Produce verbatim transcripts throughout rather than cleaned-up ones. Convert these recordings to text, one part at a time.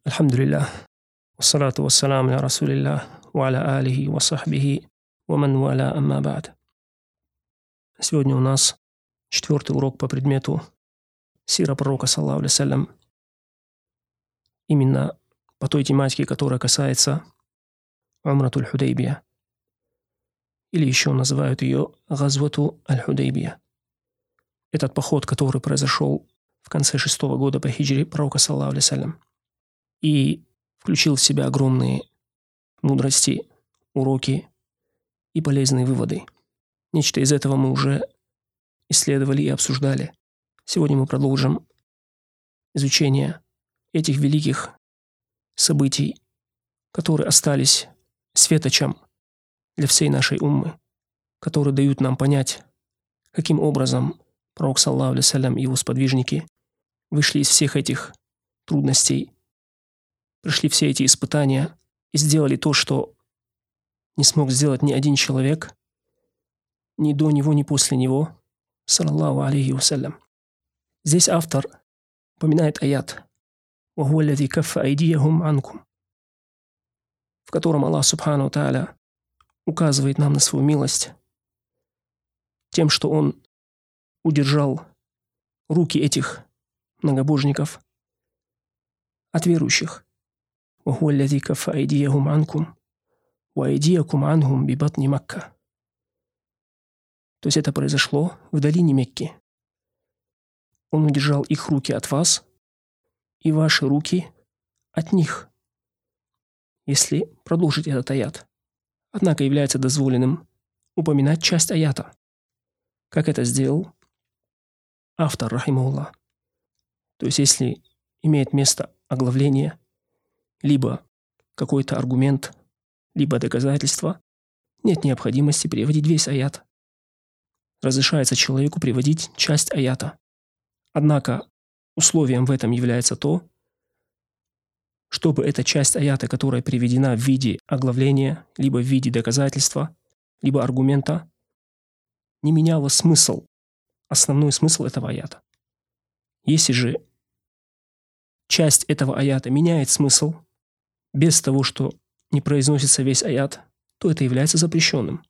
Альхамдулиллах. Вассалату вассаляму аля расулиллах ва аля алихи ва сахбихи ва ман валя амма ба'д. Сегодня у нас четвертый урок по предмету сира пророка, саллаллаху алейхи вассалям. Именно по той тематике, которая касается Умратуль Худайбия. Или еще называют ее Газвату Аль-Худайбия. Этот поход, который произошел в конце шестого года по хиджре пророка, саллаллаху алейхи вассалям, и включил в себя огромные мудрости, уроки и полезные выводы. Нечто из этого мы уже исследовали и обсуждали. Сегодня мы продолжим изучение этих великих событий, которые остались светочем для всей нашей уммы, которые дают нам понять, каким образом пророк, саллаллаху алейхи вассалям, и его сподвижники вышли из всех этих трудностей, прошли все эти испытания и сделали то, что не смог сделать ни один человек, ни до него, ни после него, саллаллаху алейхи вассалям. Здесь автор упоминает аят, «Вахуа аллази каффа айдияхум анкум», в котором Аллах субхану ва тааля указывает нам на свою милость тем, что Он удержал руки этих многобожников от верующих. «Вахуа аллази каффа айдияхум анкум ва айдиякум анхум би батни Макка». То есть это произошло в долине Мекки. Он удержал их руки от вас и ваши руки от них, если продолжить этот аят. Однако является дозволенным упоминать часть аята, как это сделал автор, рахимахуллах. То есть если имеет место оглавление, либо какой-то аргумент, либо доказательство, нет необходимости приводить весь аят. Разрешается человеку приводить часть аята. Однако условием в этом является то, чтобы эта часть аята, которая приведена в виде оглавления, либо в виде доказательства, либо аргумента, не меняла смысл, основной смысл этого аята. Если же часть этого аята меняет смысл, без того, что не произносится весь аят, то это является запрещенным.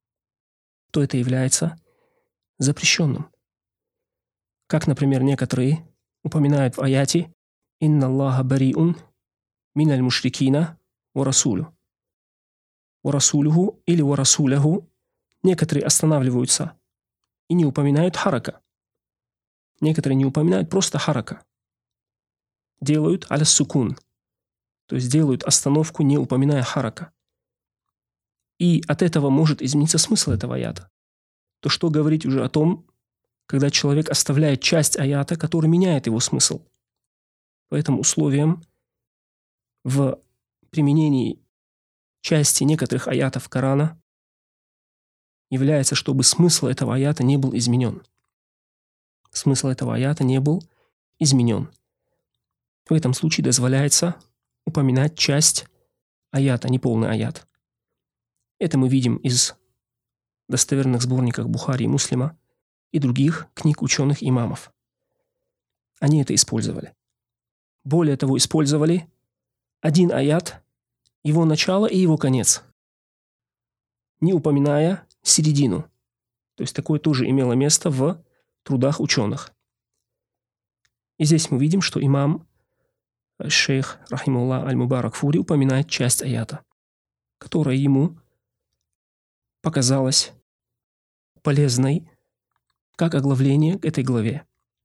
То это является запрещенным. Как, например, некоторые упоминают в аяте «Инна Аллаха бариун миналь мушрикина ва расулю». «Ва расулюху» или «ва расуляху». Некоторые останавливаются и не упоминают харака. Некоторые не упоминают просто харака. Делают аля сукун. То есть делают остановку, не упоминая харака. И от этого может измениться смысл этого аята. То что говорить уже о том, когда человек оставляет часть аята, который меняет его смысл. Поэтому условием в применении части некоторых аятов Корана является, чтобы смысл этого аята не был изменен. Смысл этого аята не был изменен. В этом случае дозволяется упоминать часть аята, не полный аят. Это мы видим из достоверных сборников Бухари и Муслима и других книг ученых-имамов. Они это использовали. Более того, использовали один аят, его начало и его конец, не упоминая середину. То есть такое тоже имело место в трудах ученых. И здесь мы видим, что имам шейх, рахимуллах, аль-Мубарак-Фури упоминает часть аята, которая ему показалась полезной как оглавление к этой главе.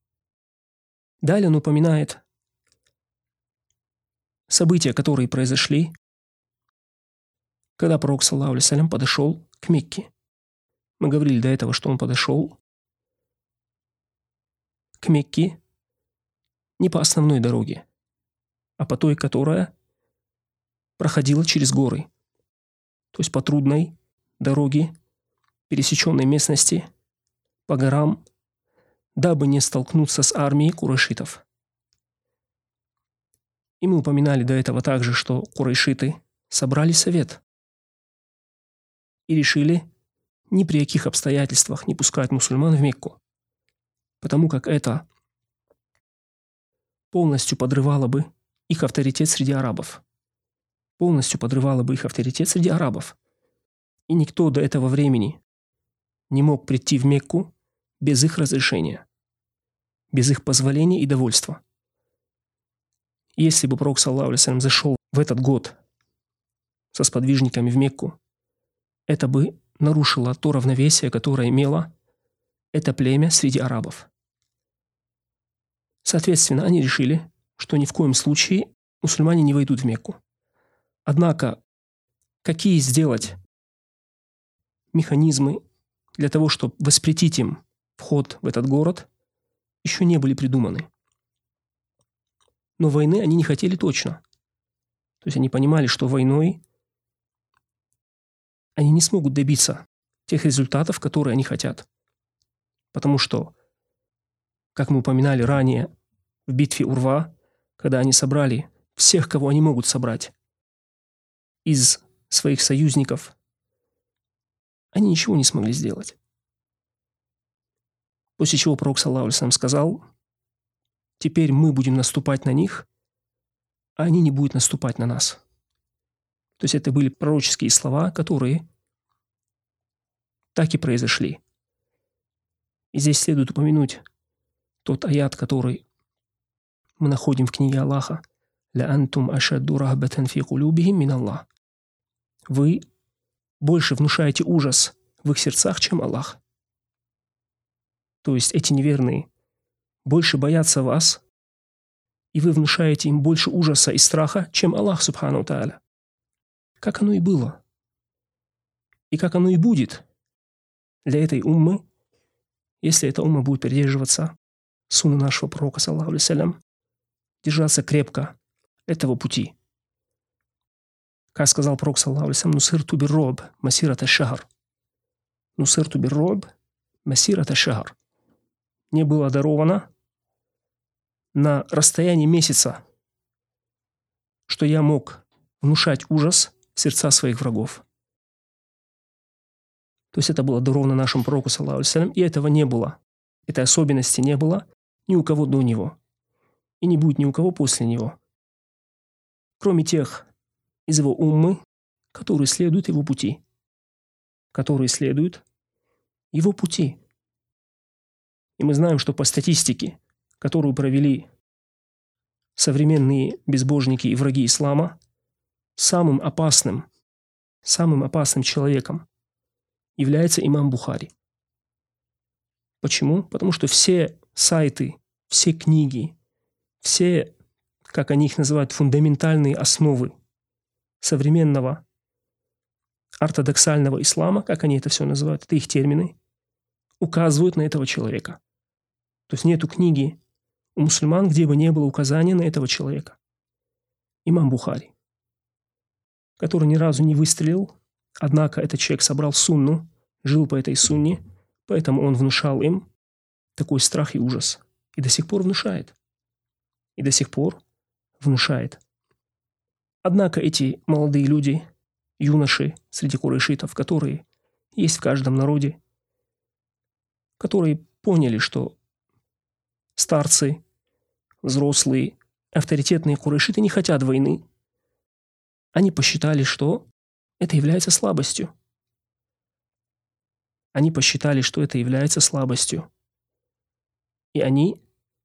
Далее он упоминает события, которые произошли, когда пророк, саллаллаху алейхи вассалям, подошел к Мекке. Мы говорили до этого, что он подошел к Мекке не по основной дороге, а по той, которая проходила через горы, то есть по трудной дороге, пересеченной местности, по горам, дабы не столкнуться с армией курайшитов. И мы упоминали до этого также, что курайшиты собрали совет и решили ни при каких обстоятельствах не пускать мусульман в Мекку, потому как это полностью подрывало бы их авторитет среди арабов. Полностью подрывало бы их авторитет среди арабов. И никто до этого времени не мог прийти в Мекку без их разрешения, без их позволения и довольства. Если бы пророк, саллаллаху алейхи ва саллям, зашел в этот год со сподвижниками в Мекку, это бы нарушило то равновесие, которое имело это племя среди арабов. Соответственно, они решили, что ни в коем случае мусульмане не войдут в Мекку. Однако, какие сделать механизмы для того, чтобы воспретить им вход в этот город, еще не были придуманы. Но войны они не хотели точно. То есть они понимали, что войной они не смогут добиться тех результатов, которые они хотят. Потому что, как мы упоминали ранее, в битве Урва, когда они собрали всех, кого они могут собрать из своих союзников, они ничего не смогли сделать. После чего пророк, саллаллаху алейхи ва саллям, сказал: теперь мы будем наступать на них, а они не будут наступать на нас. То есть это были пророческие слова, которые так и произошли. И здесь следует упомянуть тот аят, который мы находим в книге Аллаха: «Ля антум ашадду рахбатан фи кулубихим мин Аллах». Вы больше внушаете ужас в их сердцах, чем Аллах. То есть эти неверные больше боятся вас, и вы внушаете им больше ужаса и страха, чем Аллах, субхану тааля. Как оно и было. И как оно и будет для этой уммы, если эта умма будет придерживаться сунны нашего пророка, саллаллаху алейхи ва саллям, держаться крепко этого пути. Как сказал пророк, саллаллаху алейхи ва саллям: «Нусирту бирроб масирата шахр». «Нусирту бирроб масирата шахр». Мне было даровано на расстоянии месяца, что я мог внушать ужас в сердца своих врагов. То есть это было даровано нашему пророку, саллаллаху алейхи ва саллям, и этого не было. Этой особенности не было ни у кого до него. И не будет ни у кого после него. Кроме тех из его уммы, которые следуют его пути. Которые следуют его пути. И мы знаем, что по статистике, которую провели современные безбожники и враги ислама, самым опасным, самым опасным человеком является имам Бухари. Почему? Потому что все сайты, все книги, все, как они их называют, фундаментальные основы современного ортодоксального ислама, как они это все называют, это их термины, указывают на этого человека. То есть нету книги у мусульман, где бы не было указания на этого человека. Имам Бухари, который ни разу не выстрелил, однако этот человек собрал сунну, жил по этой сунне, поэтому он внушал им такой страх и ужас. И до сих пор внушает. И до сих пор внушает. Однако эти молодые люди, юноши среди курайшитов, которые есть в каждом народе, которые поняли, что старцы, взрослые, авторитетные курайшиты не хотят войны, они посчитали, что это является слабостью. Они посчитали, что это является слабостью. И они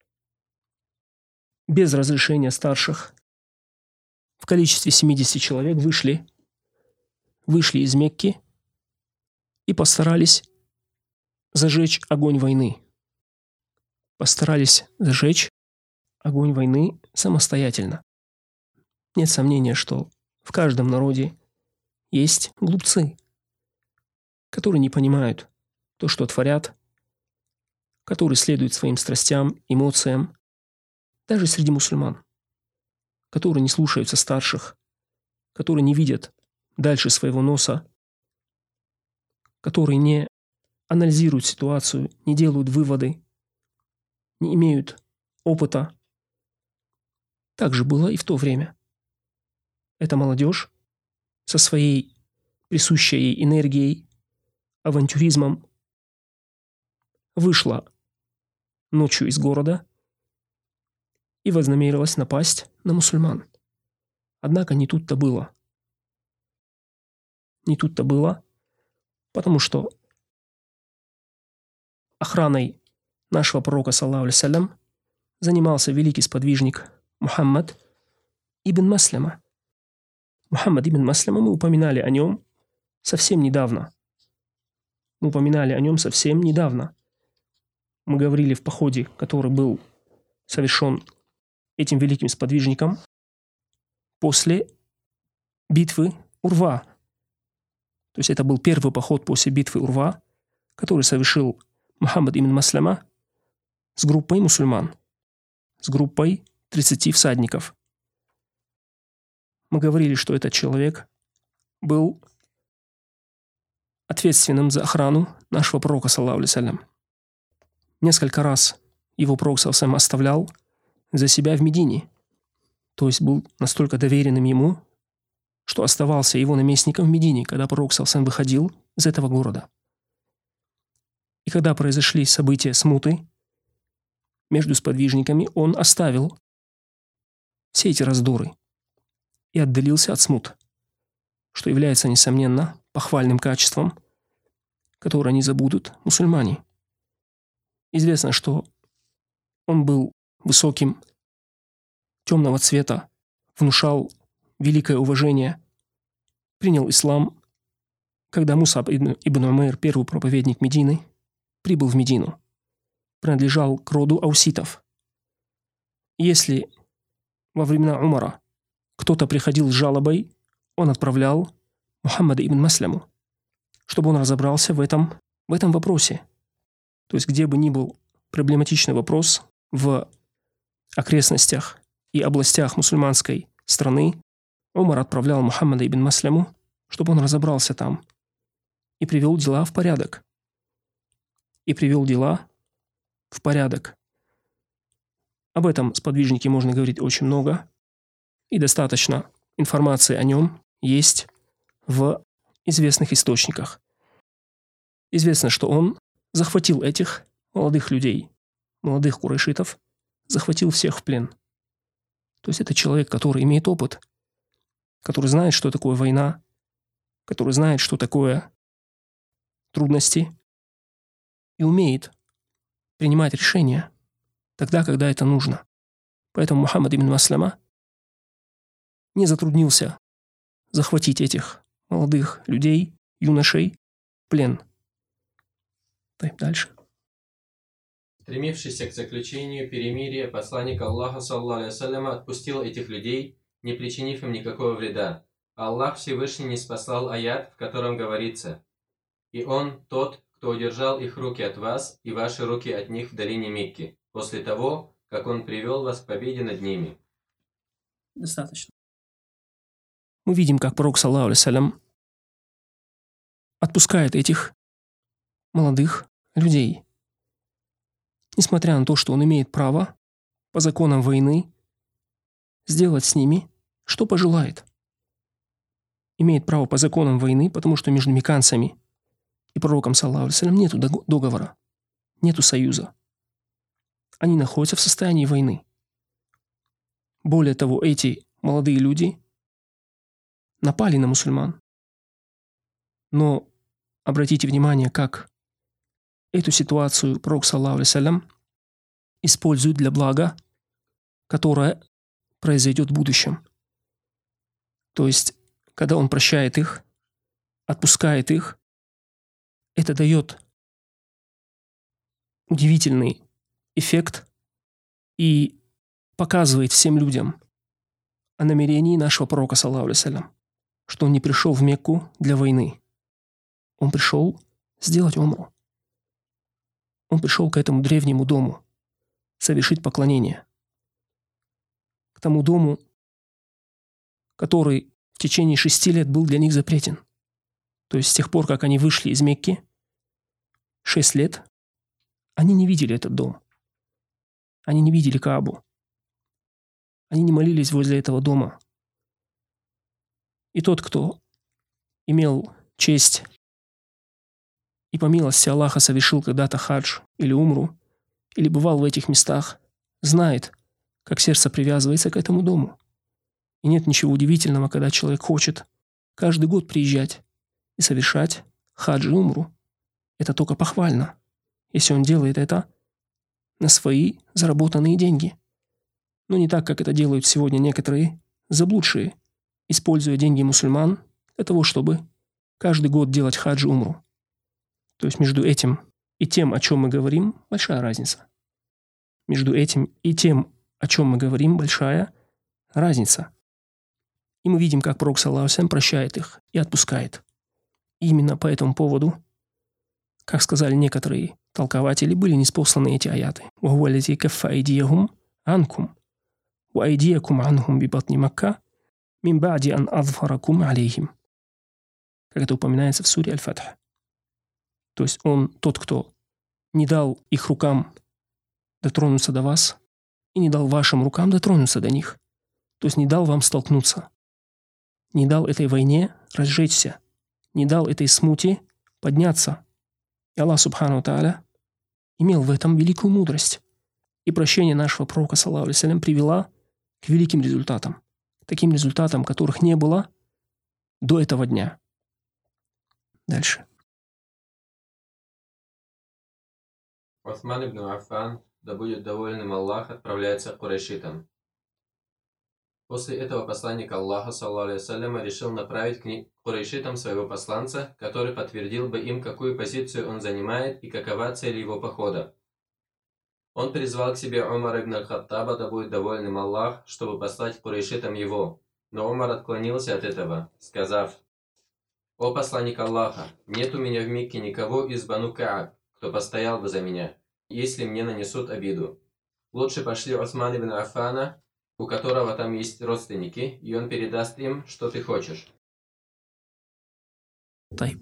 без разрешения старших в количестве семидесяти человек вышли, вышли из Мекки и постарались зажечь огонь войны. Постарались зажечь огонь войны самостоятельно. Нет сомнения, что в каждом народе есть глупцы, которые не понимают то, что творят, которые следуют своим страстям, эмоциям, даже среди мусульман, которые не слушаются старших, которые не видят дальше своего носа, которые не анализируют ситуацию, не делают выводы, не имеют опыта. Так же было и в то время. Эта молодежь со своей присущей ей энергией, авантюризмом вышла ночью из города и вознамерилась напасть на мусульман. Однако не тут-то было. Не тут-то было, потому что охраной нашего пророка, саллаллаху алейхи салям, занимался великий сподвижник Мухаммад ибн Маслама. Мухаммад ибн Маслама, мы упоминали о нем совсем недавно. Мы упоминали о нем совсем недавно. Мы говорили в походе, который был совершен этим великим сподвижником после битвы Урва. То есть это был первый поход после битвы Урва, который совершил Мухаммад ибн Маслама с группой мусульман, с группой тридцати всадников. Мы говорили, что этот человек был ответственным за охрану нашего пророка, саллаллаху алейхи салям. Несколько раз его пророк, саллаллаху алейхи салям, оставлял за себя в Медине, то есть был настолько доверенным ему, что оставался его наместником в Медине, когда пророк, саллаллаху алейхи салям, выходил из этого города. И когда произошли события смуты между сподвижниками, он оставил все эти раздоры и отдалился от смут, что является, несомненно, похвальным качеством, которое не забудут мусульмане. Известно, что он был высоким, темного цвета, внушал великое уважение, принял ислам, когда Мусаб ибн Умейр, первый проповедник Медины, прибыл в Медину, принадлежал к роду ауситов. Если во времена Умара кто-то приходил с жалобой, он отправлял Мухаммада ибн Масляму, чтобы он разобрался в этом, в этом вопросе. То есть где бы ни был проблематичный вопрос в окрестностях и областях мусульманской страны, Умар отправлял Мухаммада ибн Масляму, чтобы он разобрался там и привел дела в порядок. И привел дела в порядок. Об этом сподвижнике можно говорить очень много, и достаточно информации о нем есть в известных источниках. Известно, что он захватил этих молодых людей, молодых курайшитов, захватил всех в плен. То есть это человек, который имеет опыт, который знает, что такое война, который знает, что такое трудности, и умеет принимать решения тогда, когда это нужно. Поэтому Мухаммад ибн Маслама не затруднился захватить этих молодых людей, юношей, в плен. Так, дальше. Стремившийся к заключению перемирия, посланник Аллаха, саллаллаху алейхи салям, отпустил этих людей, не причинив им никакого вреда. Аллах Всевышний ниспослал аят, в котором говорится: «И Он тот, кто удержал их руки от вас и ваши руки от них в долине Мекки, после того, как Он привел вас к победе над ними». Достаточно. Мы видим, как пророк, саллаллаху алейхи салям, отпускает этих молодых людей, несмотря на то, что он имеет право по законам войны сделать с ними, что пожелает. Имеет право по законам войны, потому что между мекканцами и пророком, саллаллаху алейхи салям, нету договора, нету союза. Они находятся в состоянии войны. Более того, эти молодые люди напали на мусульман. Но обратите внимание, как эту ситуацию пророк, саллаллаху алейхи салям, использует для блага, которое произойдет в будущем. То есть, когда он прощает их, отпускает их, это дает удивительный эффект и показывает всем людям о намерении нашего пророка, саллаллаху алейхи салям, что он не пришел в Мекку для войны. Он пришел сделать умру. Он пришел к этому древнему дому, совершить поклонение. К тому дому, который в течение шести лет был для них запретен. То есть с тех пор, как они вышли из Мекки, шесть лет, они не видели этот дом. Они не видели Каабу. Они не молились возле этого дома. И тот, кто имел честь и по милости Аллаха совершил когда-то хадж или умру, или бывал в этих местах, знает, как сердце привязывается к этому дому. И нет ничего удивительного, когда человек хочет каждый год приезжать и совершать хадж и умру. Это только похвально, если он делает это на свои заработанные деньги. Но не так, как это делают сегодня некоторые заблудшие, используя деньги мусульман для того, чтобы каждый год делать хадж и умру. То есть между этим и тем, о чем мы говорим, большая разница. Между этим и тем, о чем мы говорим, большая разница. И мы видим, как Пророк саллаллаху алейхи ва саллям прощает их и отпускает. И именно по этому поводу, как сказали некоторые толкователи, были ниспосланы эти аяты. وَهُوَ الَّذِي كَفَّ أَيْدِيَهُمْ عَنْكُمْ وَأَيْدِيَكُمْ عَنْهُمْ بِبَطْنِ مَكَّةَ مِنْ بَعْدِ أَنْ أَظْفَرَكُمْ عَلَيْهِمْ. Как это упоминается в суре Аль-Фатх. То есть он тот, кто не дал их рукам дотронуться до вас и не дал вашим рукам дотронуться до них. То есть не дал вам столкнуться. Не дал этой войне разжечься. Не дал этой смуте подняться. И Аллах Субхану ва Тааля имел в этом великую мудрость. И прощение нашего пророка, саллаллаху алейхи ва саллям, привела к великим результатам. Таким результатам, которых не было до этого дня. Дальше. Усман ибн Аффан, да будет доволен им Аллах, отправляется к курайшитам. После этого посланник Аллаха, саллаллаху алейхи ва саллям, решил направить к курайшитам своего посланца, который подтвердил бы им, какую позицию он занимает и какова цель его похода. Он призвал к себе Умар ибн аль-Хаттаба, да будет доволен им Аллах, чтобы послать к курайшитам его. Но Умар отклонился от этого, сказав: «О посланник Аллаха, нет у меня в Мекке никого из Бану Кааб, кто постоял бы за меня, если мне нанесут обиду. Лучше пошли Усман ибн Аффана, у которого там есть родственники, и он передаст им, что ты хочешь». Тайп.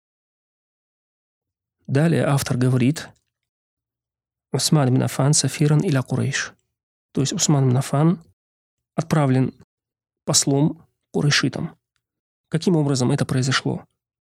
Далее автор говорит: Усман ибн Аффан сафиран иля Курейш. То есть Усман ибн Аффан отправлен послом курайшитам. Каким образом это произошло?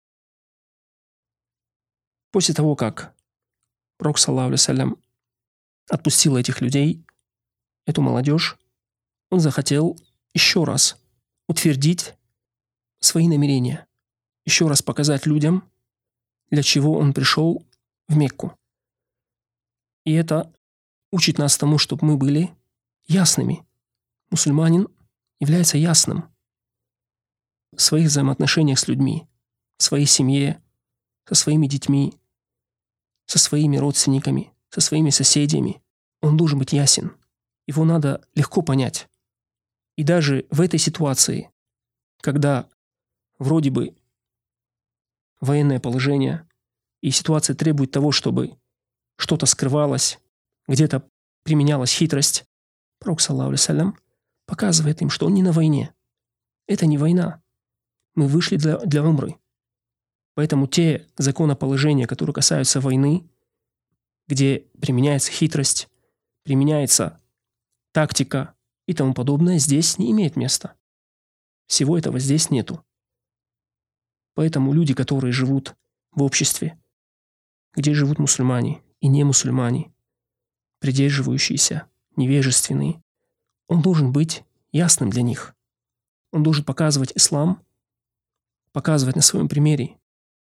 После того, как Пророк, саллаллаху алейхи ва саллям, отпустил этих людей, эту молодежь, он захотел еще раз утвердить свои намерения, еще раз показать людям, для чего он пришел в Мекку. И это учит нас тому, чтобы мы были ясными. Мусульманин является ясным в своих взаимоотношениях с людьми, в своей семье, со своими детьми, со своими родственниками, со своими соседями. Он должен быть ясен. Его надо легко понять. И даже в этой ситуации, когда вроде бы военное положение и ситуация требует того, чтобы что-то скрывалось, где-то применялась хитрость, Пророк, саллаллаху алейхи ва саллям, показывает им, что он не на войне. Это не война. Мы вышли для, для умры. Поэтому те законоположения, которые касаются войны, где применяется хитрость, применяется тактика и тому подобное, здесь не имеет места. Всего этого здесь нету. Поэтому люди, которые живут в обществе, где живут мусульмане и не мусульмане, придерживающиеся, невежественные, он должен быть ясным для них. Он должен показывать ислам, показывать на своем примере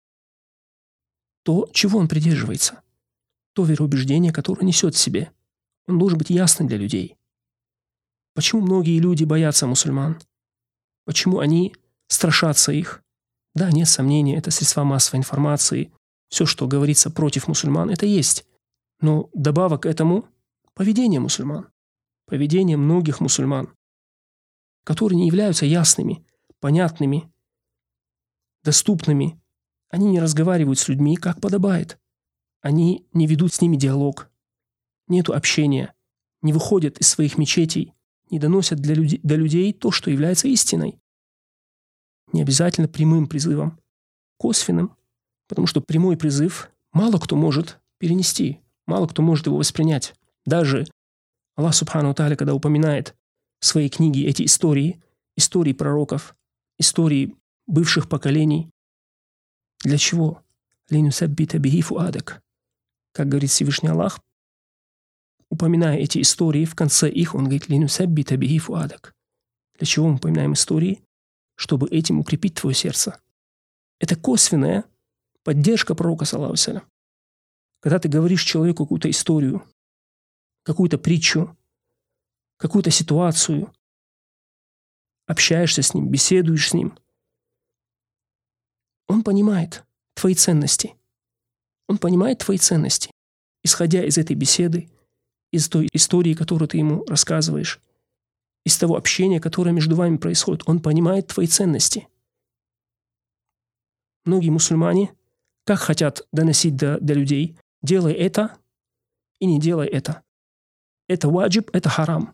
то, чего он придерживается, то вероубеждение, которое несет в себе. Он должен быть ясным для людей. Почему многие люди боятся мусульман? Почему они страшатся их? Да, нет сомнений, это средства массовой информации. Все, что говорится против мусульман, это есть. Но добавок к этому поведение мусульман. Поведение многих мусульман, которые не являются ясными, понятными, доступными. Они не разговаривают с людьми, как подобает. Они не ведут с ними диалог. Нету общения. Не выходят из своих мечетей. Не доносят для людей, до людей то, что является истиной. Не обязательно прямым призывом. Косвенным. Потому что прямой призыв мало кто может перенести. Мало кто может его воспринять. Даже Аллах Субхану ва Тааля, когда упоминает в своей книге эти истории, истории пророков, истории бывших поколений, для чего? «Линусаббита бихи фуадак». Как говорит Всевышний Аллах, упоминая эти истории, в конце их он говорит «Линусаббита биги фуадак». Для чего мы упоминаем истории? Чтобы этим укрепить твое сердце. Это косвенная поддержка пророка, саллаллаху алейхи ва саллям. Когда ты говоришь человеку какую-то историю, какую-то притчу, какую-то ситуацию, общаешься с ним, беседуешь с ним, он понимает твои ценности. Он понимает твои ценности. Исходя из этой беседы, из той истории, которую ты ему рассказываешь, из того общения, которое между вами происходит, он понимает твои ценности. Многие мусульмане как хотят доносить до, до людей: делай это и не делай это. Это ваджиб, это харам.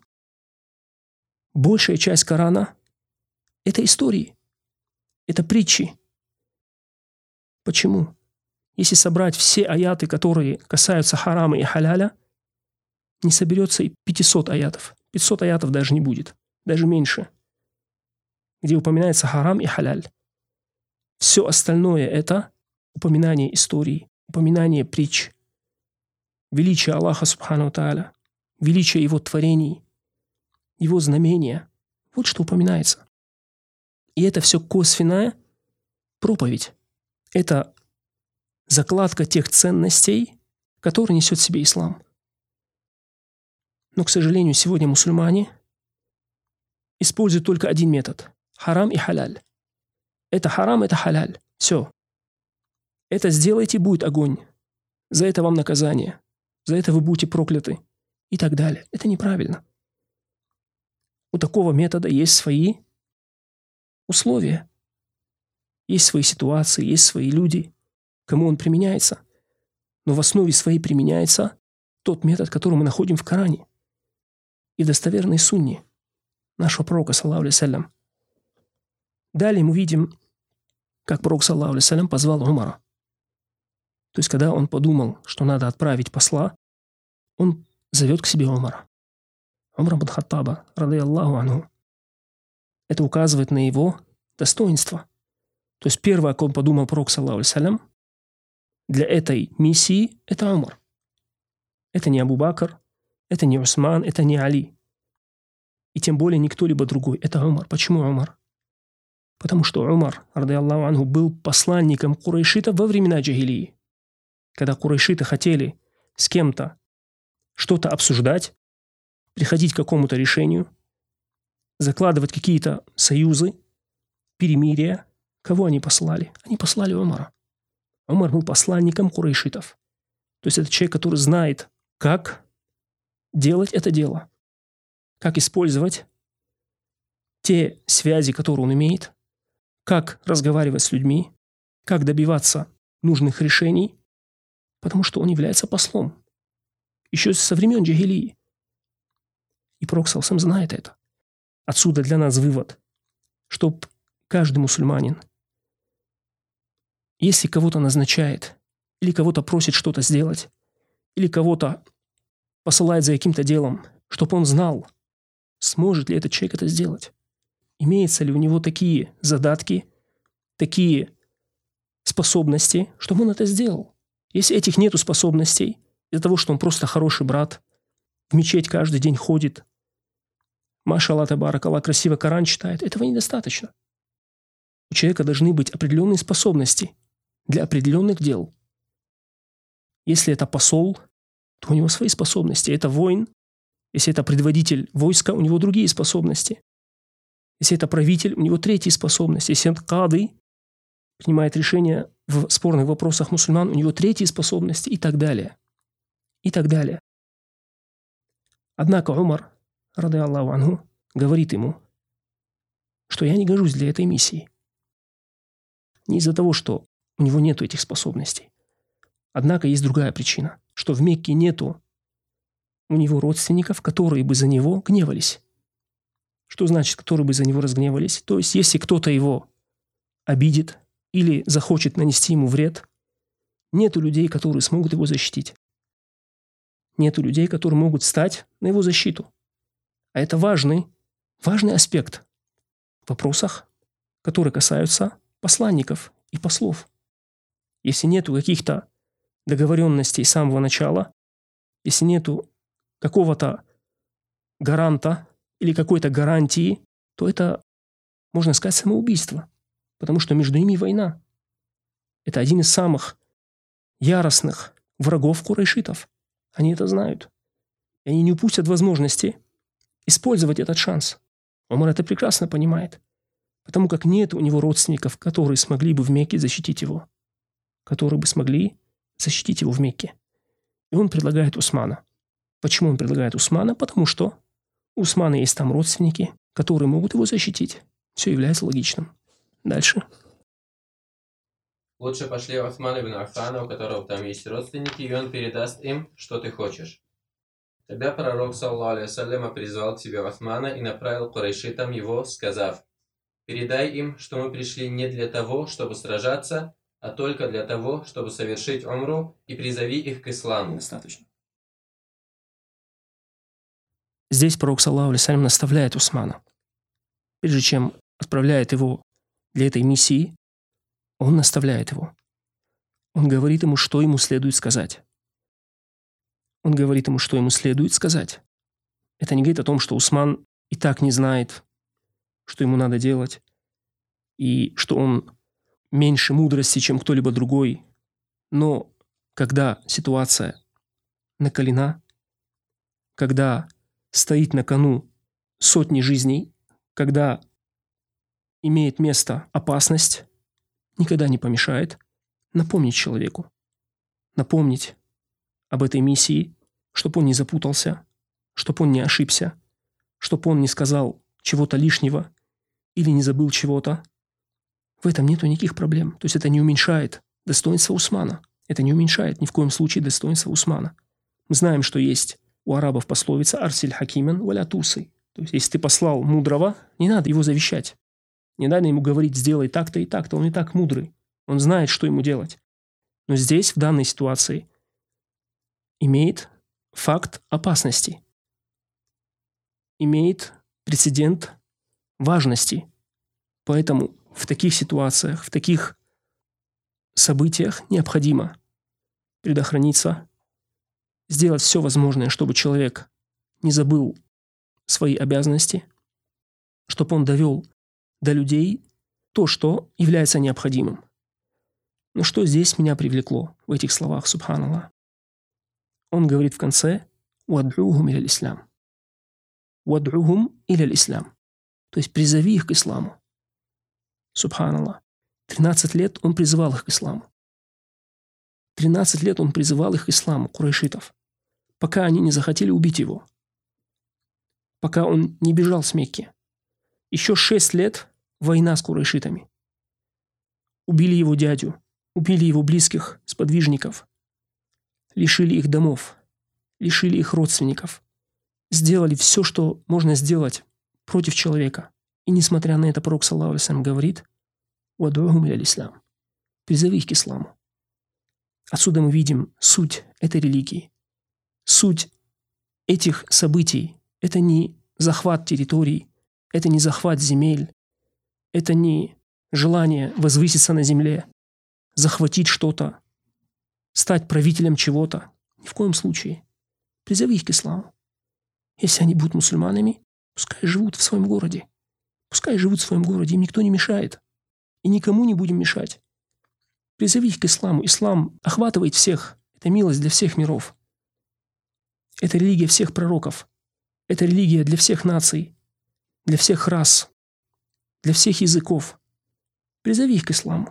Большая часть Корана – это истории, это притчи. Почему? Если собрать все аяты, которые касаются харама и халяля, не соберется и пятьсот аятов. пятьсот аятов даже не будет, даже меньше, где упоминается харам и халяль. Все остальное – это упоминание истории, упоминание притч, величие Аллаха Субхану Тааля, величие Его творений, Его знамения. Вот что упоминается. И это все косвенная проповедь. Это закладка тех ценностей, которые несет в себе ислам. Но, к сожалению, сегодня мусульмане используют только один метод – харам и халяль. Это харам, это халяль. Все. Это сделайте, будет огонь. За это вам наказание. За это вы будете прокляты. И так далее. Это неправильно. У такого метода есть свои условия. Есть свои ситуации, есть свои люди, кому он применяется. Но в основе своей применяется тот метод, который мы находим в Коране и в достоверной сунне нашего пророка, саллаллаху алейхи ва саллям. Далее мы видим, как пророк, саллаллаху алейхи ва саллям, позвал Умара. То есть, когда он подумал, что надо отправить посла, он зовет к себе Умара. Умар ибн Хаттаба, ради Аллаху анху. Это указывает на его достоинство. То есть, первое, как он подумал пророк, саллаллаху алейхи ва саллям, для этой миссии это Умар. Это не Абу Бакр, это не Усман, это не Али. И тем более не кто-либо другой. Это Умар. Почему Умар? Потому что Умар, ради Аллаху анху, был посланником курайшитов во времена джахилии. Когда курайшиты хотели с кем-то что-то обсуждать, приходить к какому-то решению, закладывать какие-то союзы, перемирия, кого они послали? Они послали Умара. Умар был посланником курайшитов. То есть это человек, который знает, как делать это дело, как использовать те связи, которые он имеет, как разговаривать с людьми, как добиваться нужных решений, потому что он является послом. Еще со времен джахилии. И пророк саллаллаху алейхи ва саллям знает это. Отсюда для нас вывод, что каждый мусульманин, если кого-то назначает, или кого-то просит что-то сделать, или кого-то посылает за каким-то делом, чтобы он знал, сможет ли этот человек это сделать. Имеются ли у него такие задатки, такие способности, чтобы он это сделал. Если этих нету способностей, из-за того, что он просто хороший брат, в мечеть каждый день ходит, машаллах табарак Аллах, красиво Коран читает, этого недостаточно. У человека должны быть определенные способности для определенных дел. Если это посол, то у него свои способности. Это воин, если это предводитель войска, у него другие способности. Если это правитель, у него третьи способности. Если это кады, принимает решения в спорных вопросах мусульман, у него третьи способности и так далее. И так далее. Однако Умар, ради Аллаху анху, говорит ему, что я не гожусь для этой миссии. Не из-за того, что у него нету этих способностей. Однако есть другая причина, что в Мекке нету у него родственников, которые бы за него гневались. Что значит, которые бы за него разгневались? То есть, если кто-то его обидит или захочет нанести ему вред, нету людей, которые смогут его защитить. Нету людей, которые могут встать на его защиту. А это важный, важный аспект в вопросах, которые касаются посланников и послов. Если нету каких-то договоренностей с самого начала, если нету какого-то гаранта или какой-то гарантии, то это, можно сказать, самоубийство. Потому что между ними война. Это один из самых яростных врагов курайшитов. Они это знают. И они не упустят возможности использовать этот шанс. Умар это прекрасно понимает. Потому как нет у него родственников, которые смогли бы в Мекке защитить его. Которые бы смогли защитить его в Мекке. И он предлагает Усмана. Почему он предлагает Усмана? Потому что у Усмана есть там родственники, которые могут его защитить. Все является логичным. Дальше. Лучше пошли Усмана ибн Аффана, у которого там есть родственники, и он передаст им, что ты хочешь. Тогда пророк, саллаллаху алейхи вассалям, призвал к себе Усмана и направил курайшитам его, сказав: «Передай им, что мы пришли не для того, чтобы сражаться, а только для того, чтобы совершить умру, и призови их к исламу». Достаточно. Здесь пророк, саллаллаху алейхи вассалям, наставляет Усмана. Прежде чем отправляет его для этой миссии, он наставляет его. Он говорит ему, что ему следует сказать. Он говорит ему, что ему следует сказать. Это не говорит о том, что Усман и так не знает, что ему надо делать, и что он меньше мудрости, чем кто-либо другой. Но когда ситуация накалена, когда стоит на кону сотни жизней, когда имеет место опасность, никогда не помешает напомнить человеку, напомнить об этой миссии, чтобы он не запутался, чтобы он не ошибся, чтобы он не сказал чего-то лишнего или не забыл чего-то. В этом нету никаких проблем. То есть это не уменьшает достоинство Усмана. Это не уменьшает ни в коем случае достоинство Усмана. Мы знаем, что есть у арабов пословица «Арсиль хакимен валя тусы». То есть если ты послал мудрого, не надо его завещать. Не надо ему говорить «сделай так-то и так-то». Он и так мудрый. Он знает, что ему делать. Но здесь, в данной ситуации, имеет факт опасности. Имеет прецедент важности. Поэтому в таких ситуациях, в таких событиях необходимо предохраниться, сделать все возможное, чтобы человек не забыл свои обязанности, чтобы он довел до людей то, что является необходимым. Но что здесь меня привлекло в этих словах, субханаллах? Он говорит в конце «Вад'ухум иля ислам». «Вад'ухум иля ислам». То есть призови их к исламу. Субханаллах. тринадцать лет он призывал их к исламу. тринадцать лет он призывал их к исламу, курайшитов, пока они не захотели убить его, пока он не бежал с Мекки. Еще шесть лет война с курайшитами. Убили его дядю, убили его близких сподвижников, лишили их домов, лишили их родственников, сделали все, что можно сделать против человека. И несмотря на это, пророк, саллаллаху алейхи вассалям, говорит «Вад'ухум иля ислам». Призови их к исламу. Отсюда мы видим суть этой религии. Суть этих событий – это не захват территорий, это не захват земель, это не желание возвыситься на земле, захватить что-то, стать правителем чего-то. Ни в коем случае. Призови их к исламу. Если они будут мусульманами, пускай живут в своем городе. Пускай живут в своем городе, им никто не мешает. И никому не будем мешать. Призови их к исламу. Ислам охватывает всех. Это милость для всех миров. Это религия всех пророков. Это религия для всех наций, для всех рас, для всех языков. Призови их к исламу.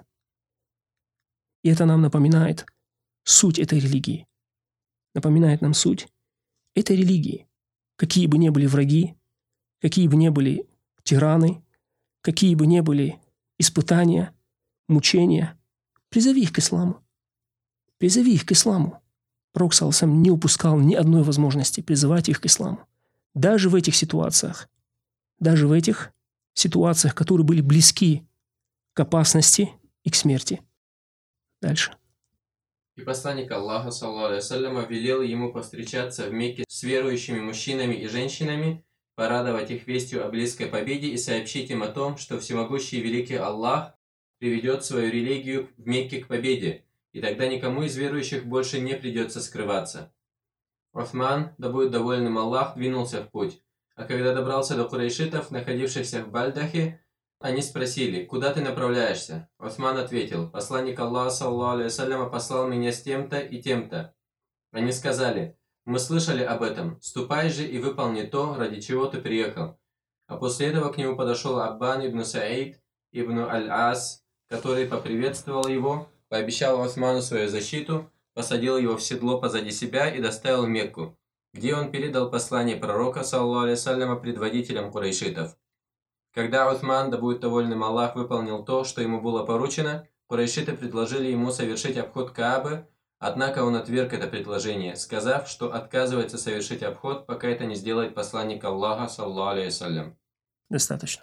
И это нам напоминает суть этой религии. Напоминает нам суть этой религии. Какие бы ни были враги, какие бы ни были тираны, какие бы ни были испытания, мучения, призови их к исламу. Призови их к исламу. Пророк, саллаллаху алейхи ва саллям, не упускал ни одной возможности призывать их к исламу. Даже в этих ситуациях, даже в этих ситуациях, которые были близки к опасности и к смерти. Дальше. И посланник Аллаха, саллаллаху алейхи ва саллям, велел ему повстречаться в Мекке с верующими мужчинами и женщинами, порадовать их вестью о близкой победе и сообщить им о том, что всемогущий и великий Аллах приведет свою религию в Мекке к победе, и тогда никому из верующих больше не придется скрываться. Усман, да будет доволен им Аллах, двинулся в путь. А когда добрался до курайшитов, находившихся в Бальдахе, они спросили: «Куда ты направляешься?» Усман ответил: «Посланник Аллаха, саллаллаху алейхи вассалям, послал меня с тем-то и тем-то». Они сказали: «Мы слышали об этом, ступай же и выполни то, ради чего ты приехал». А после этого к нему подошел Аббан ибн Саид ибн Аль-Ас, который поприветствовал его, пообещал Усману свою защиту, посадил его в седло позади себя и доставил в Мекку, где он передал послание пророка, саллаллаху алейхи вассаляма, предводителям курайшитов. Когда Усман, да будет доволен им Аллах, выполнил то, что ему было поручено, курайшиты предложили ему совершить обход Каабы, однако он отверг это предложение, сказав, что отказывается совершить обход, пока это не сделает посланник Аллаха, саллаллаху алейхи вассалям. Достаточно.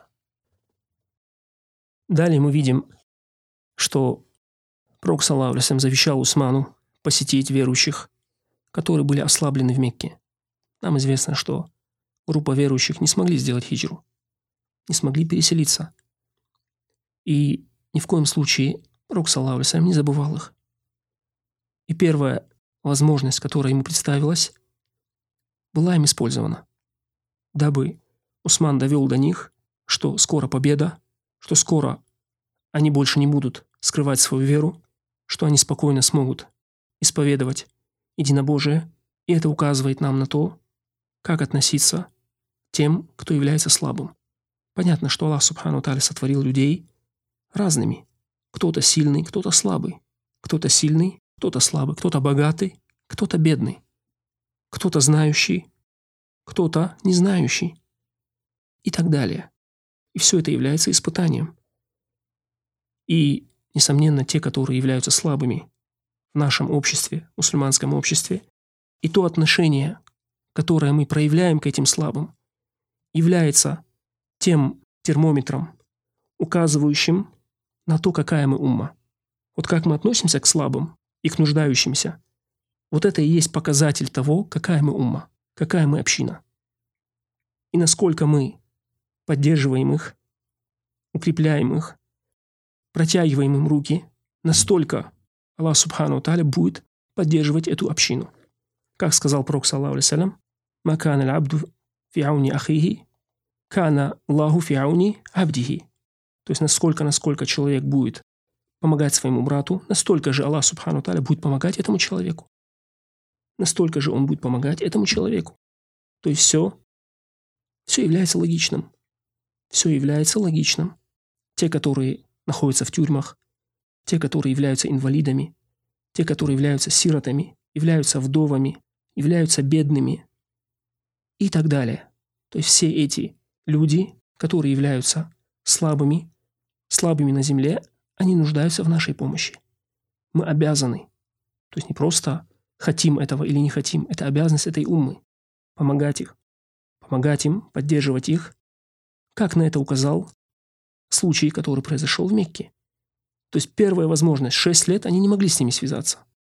Далее мы видим, что пророк, саллаллаху алейхи вассалям, завещал Усману посетить верующих, которые были ослаблены в Мекке. Нам известно, что группа верующих не смогли сделать хиджру, не смогли переселиться. И ни в коем случае пророк, саллаллаху алейхи вассалям, не забывал их. И первая возможность, которая ему представилась, была им использована, дабы Усман довел до них, что скоро победа, что скоро они больше не будут скрывать свою веру, что они спокойно смогут исповедовать единобожие, и это указывает нам на то, как относиться к тем, кто является слабым. Понятно, что Аллах Субхану ва Тааля сотворил людей разными. Кто-то сильный, кто-то слабый. Кто-то сильный, кто-то слабый, кто-то богатый, кто-то бедный. Кто-то знающий, кто-то не знающий. И так далее. И все это является испытанием. И, несомненно, те, которые являются слабыми в нашем обществе, мусульманском обществе, и то отношение, которое мы проявляем к этим слабым, является тем термометром, указывающим на то, какая мы умма. Вот как мы относимся к слабым и к нуждающимся, вот это и есть показатель того, какая мы умма, какая мы община. И насколько мы поддерживаем их, укрепляем их, протягиваем им руки, настолько Аллах Субхану ва Тааля будет поддерживать эту общину. Как сказал пророк, саллаллаху алейхи вассалям: «Ма кана аль-абду фи ауни ахихи, кана Аллаху фи ауни абдихи». То есть насколько, насколько человек будет помогать своему брату, настолько же Аллах Субхану ва Тааля будет помогать этому человеку. Настолько же он будет помогать этому человеку. То есть все, все является логичным. Все является логичным. Те, которые находятся в тюрьмах, те, которые являются инвалидами, те, которые являются сиротами, являются вдовами, являются бедными и так далее. То есть все эти люди, которые являются слабыми, слабыми на земле, они нуждаются в нашей помощи. Мы обязаны, то есть не просто хотим этого или не хотим, это обязанность этой уммы, помогать их, помогать им, поддерживать их, как на это указал случай, который произошел в Мекке. То есть первая возможность, шесть лет они не могли с ними связаться.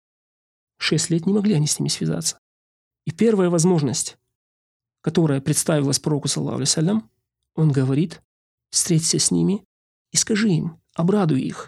Шесть лет не могли они с ними связаться. И первая возможность, которая представилась пророку, саллаллаху алейхи вассалям, он говорит: встреться с ними и скажи им, обрадуй их.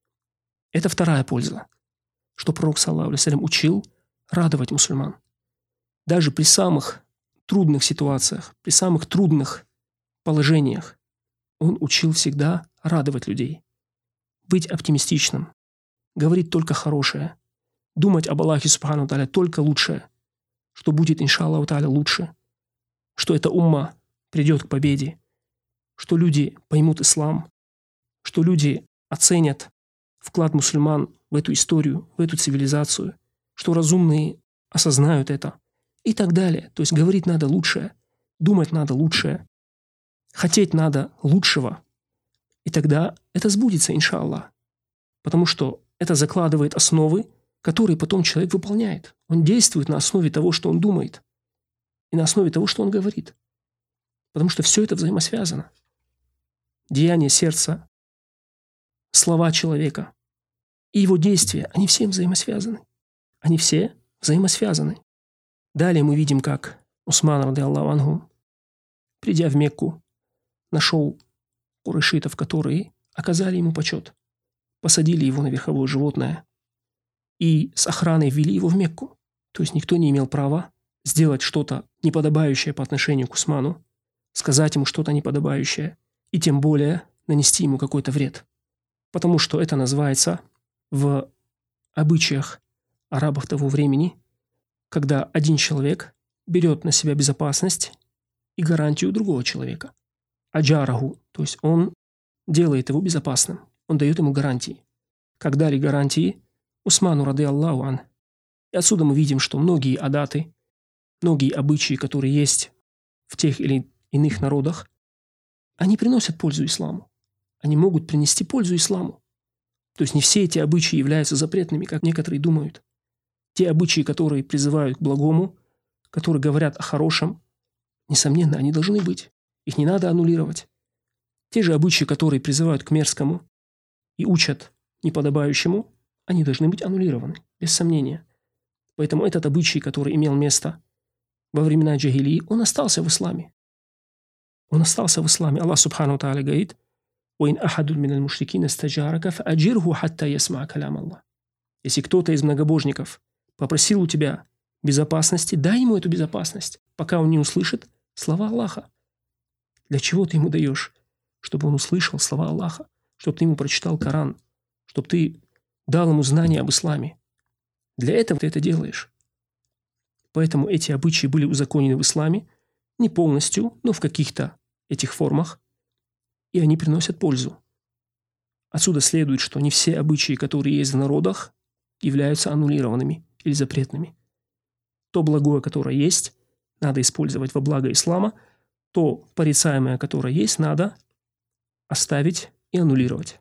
Это вторая польза, что пророк, саллаллаху алейхи вассалям, учил радовать мусульман. Даже при самых трудных ситуациях, при самых трудных положениях он учил всегда радовать людей, быть оптимистичным, говорить только хорошее, думать об Аллахе Субхану ва Тааля только лучшее, что будет, иншаллаху тааля, лучше, что эта умма придет к победе, что люди поймут ислам, что люди оценят вклад мусульман в эту историю, в эту цивилизацию, что разумные осознают это и так далее. То есть говорить надо лучшее, думать надо лучшее, хотеть надо лучшего. И тогда это сбудется, иншаллах. Потому что это закладывает основы, которые потом человек выполняет. Он действует на основе того, что он думает, и на основе того, что он говорит. Потому что все это взаимосвязано. Деяние сердца, слова человека и его действия, они все взаимосвязаны. Они все взаимосвязаны. Далее мы видим, как Усман, ради Аллаху анху, придя в Мекку, нашел курайшитов, которые оказали ему почет, посадили его на верховое животное и с охраной ввели его в Мекку. То есть никто не имел права сделать что-то неподобающее по отношению к Усману, сказать ему что-то неподобающее, и тем более нанести ему какой-то вред. Потому что это называется в обычаях арабов того времени, когда один человек берет на себя безопасность и гарантию другого человека. Аджараху, то есть он делает его безопасным, он дает ему гарантии. Как дали гарантии Усману рады Аллаху ан. И отсюда мы видим, что многие адаты, многие обычаи, которые есть в тех или иных народах, они приносят пользу исламу. Они могут принести пользу исламу. То есть не все эти обычаи являются запретными, как некоторые думают. Те обычаи, которые призывают к благому, которые говорят о хорошем, несомненно, они должны быть. Их не надо аннулировать. Те же обычаи, которые призывают к мерзкому и учат неподобающему, они должны быть аннулированы, без сомнения. Поэтому этот обычай, который имел место во времена джахилии, он остался в исламе. Он остался в исламе. Аллах Субхану Тааля говорит: «Уин ахадун миналь мушрикина стаджарака фааджирху хатта ясма калям Аллах». Если кто-то из многобожников попросил у тебя безопасности, дай ему эту безопасность, пока он не услышит слова Аллаха. Для чего ты ему даешь? Чтобы он услышал слова Аллаха, чтобы ты ему прочитал Коран, чтобы ты дал ему знания об исламе. Для этого ты это делаешь. Поэтому эти обычаи были узаконены в исламе не полностью, но в каких-то этих формах, и они приносят пользу. Отсюда следует, что не все обычаи, которые есть в народах, являются аннулированными или запретными. То благое, которое есть, надо использовать во благо ислама, то порицаемое, которое есть, надо оставить и аннулировать.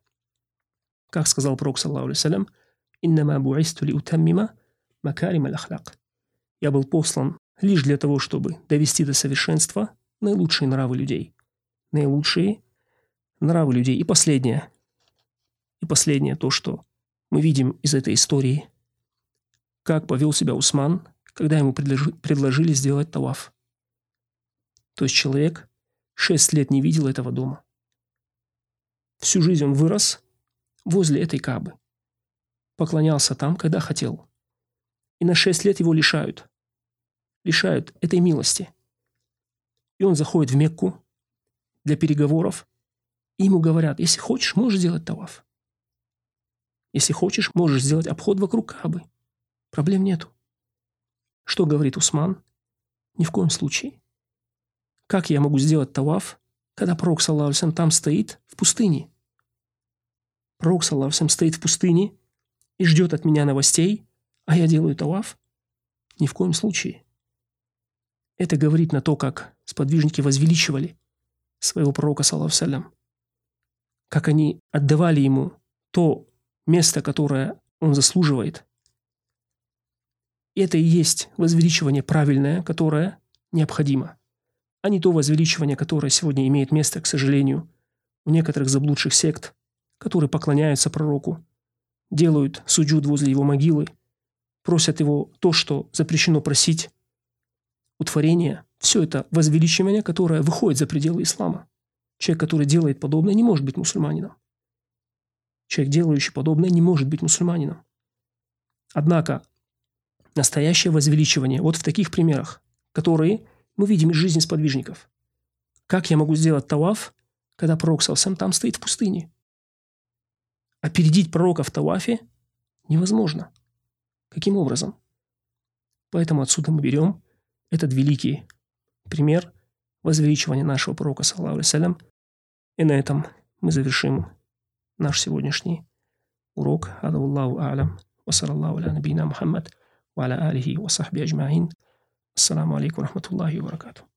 Как сказал пророк, саллаллаху алейхи ва саллям: «Иннама бу'исту ли утаммима макарим аль-ахляк». Я был послан лишь для того, чтобы довести до совершенства наилучшие нравы людей. Наилучшие нравы людей. И последнее. И последнее то, что мы видим из этой истории, как повел себя Усман, когда ему предложи, предложили сделать таваф. То есть человек шесть лет не видел этого дома. Всю жизнь он вырос возле этой Каабы. Поклонялся там, когда хотел. И на шесть лет его лишают. Лишают этой милости. И он заходит в Мекку для переговоров, и ему говорят: если хочешь, можешь сделать таваф. Если хочешь, можешь сделать обход вокруг Каабы. Проблем нету. Что говорит Усман? Ни в коем случае. Как я могу сделать таваф, когда пророк, саллаллаху алейхи ва саллям, там стоит в пустыне? Пророк, саллаллаху алейхи ва саллям, стоит в пустыне и ждет от меня новостей, а я делаю таваф? Ни в коем случае. Это говорит на то, как сподвижники возвеличивали своего пророка, саллаллаху алейхи ва саллям, как они отдавали ему то место, которое он заслуживает. И это и есть возвеличивание правильное, которое необходимо, а не то возвеличивание, которое сегодня имеет место, к сожалению, у некоторых заблудших сект, которые поклоняются пророку, делают суджуд возле его могилы, просят его то, что запрещено просить у творения. Все это возвеличивание, которое выходит за пределы ислама. Человек, который делает подобное, не может быть мусульманином. Человек, делающий подобное, не может быть мусульманином. Однако настоящее возвеличивание вот в таких примерах, которые мы видим из жизни сподвижников. Как я могу сделать таваф, когда пророк, саллаллаху алейхи ва саллям, там стоит в пустыне? Опередить пророка в тавафе невозможно. Каким образом? Поэтому отсюда мы берем этот великий пример возвеличивания нашего пророка, саллаллаху алейхи ва саллям. И на этом мы завершим наш сегодняшний урок. Ада Аллаху а'лам. Ва саллаллаху аля набийна Мухаммад ва аля алихи ва сахби аджмаин. Ассаламу алейкум ва рахматуллахи ва баракатух.